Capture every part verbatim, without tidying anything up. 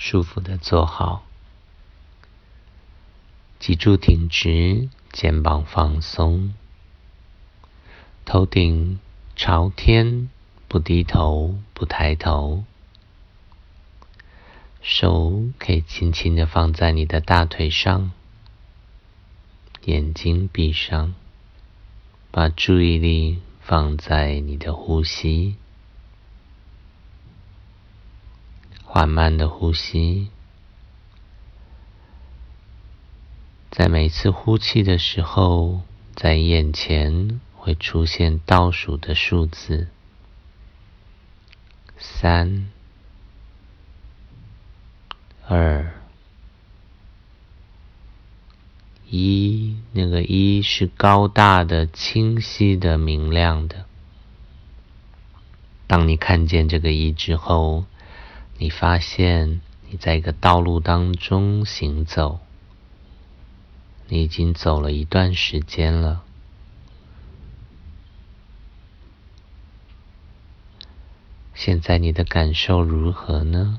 舒服的坐好，脊柱挺直，肩膀放松，头顶朝天，不低头，不抬头，手可以轻轻地放在你的大腿上，眼睛闭上，把注意力放在你的呼吸，缓慢的呼吸。在每次呼气的时候，在眼前会出现倒数的数字，三、二、一，那个一是高大的、清晰的、明亮的。当你看见这个一之后，你发现你在一个道路当中行走，你已经走了一段时间了。现在你的感受如何呢？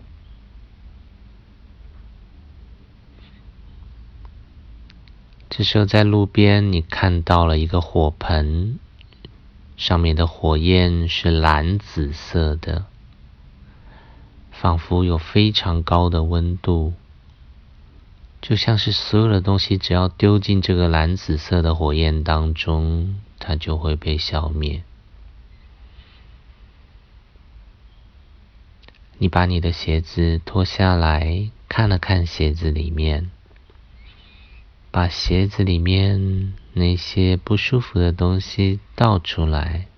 这时候在路边你看到了一个火盆，上面的火焰是蓝紫色的，仿佛有非常高的温度，就像是所有的东西只要丢进这个蓝紫色的火焰当中，它就会被消灭。你把你的鞋子脱下来，看了看鞋子里面，把鞋子里面那些不舒服的东西倒出来。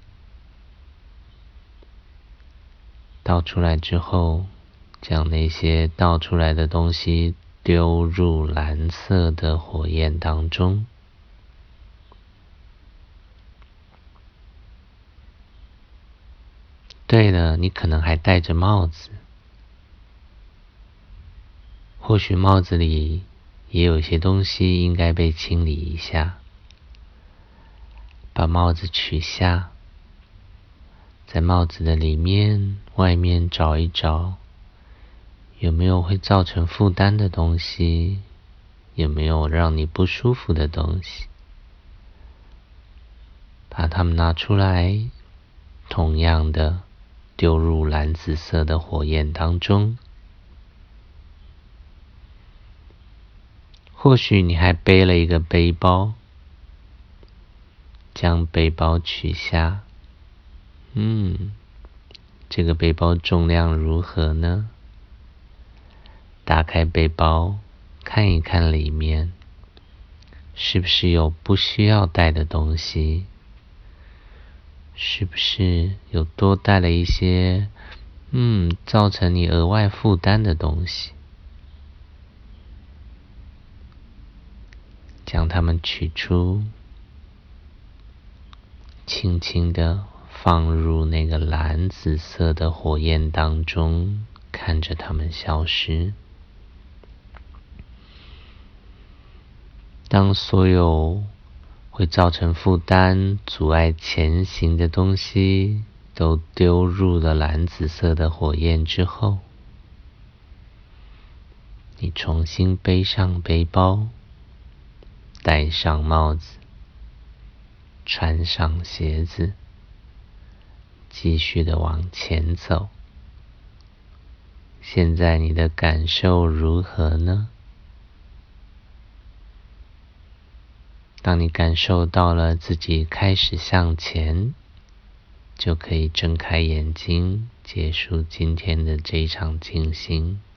倒出来之后，将那些倒出来的东西丢入蓝色的火焰当中。对了，你可能还戴着帽子，或许帽子里也有一些东西应该被清理一下。把帽子取下，在帽子的里面、外面找一找，有没有会造成负担的东西，有没有让你不舒服的东西，把它们拿出来，同样的丢入蓝紫色的火焰当中。或许你还背了一个背包，将背包取下。嗯，这个背包重量如何呢？打开背包，看一看里面，是不是有不需要带的东西？是不是有多带了一些，嗯，造成你额外负担的东西？将它们取出，轻轻地放入那个蓝紫色的火焰当中，看着它们消失。当所有会造成负担、阻碍前行的东西都丢入了蓝紫色的火焰之后，你重新背上背包，戴上帽子，穿上鞋子，继续的往前走。现在你的感受如何呢？当你感受到了自己开始向前，就可以睁开眼睛，结束今天的这一场静心。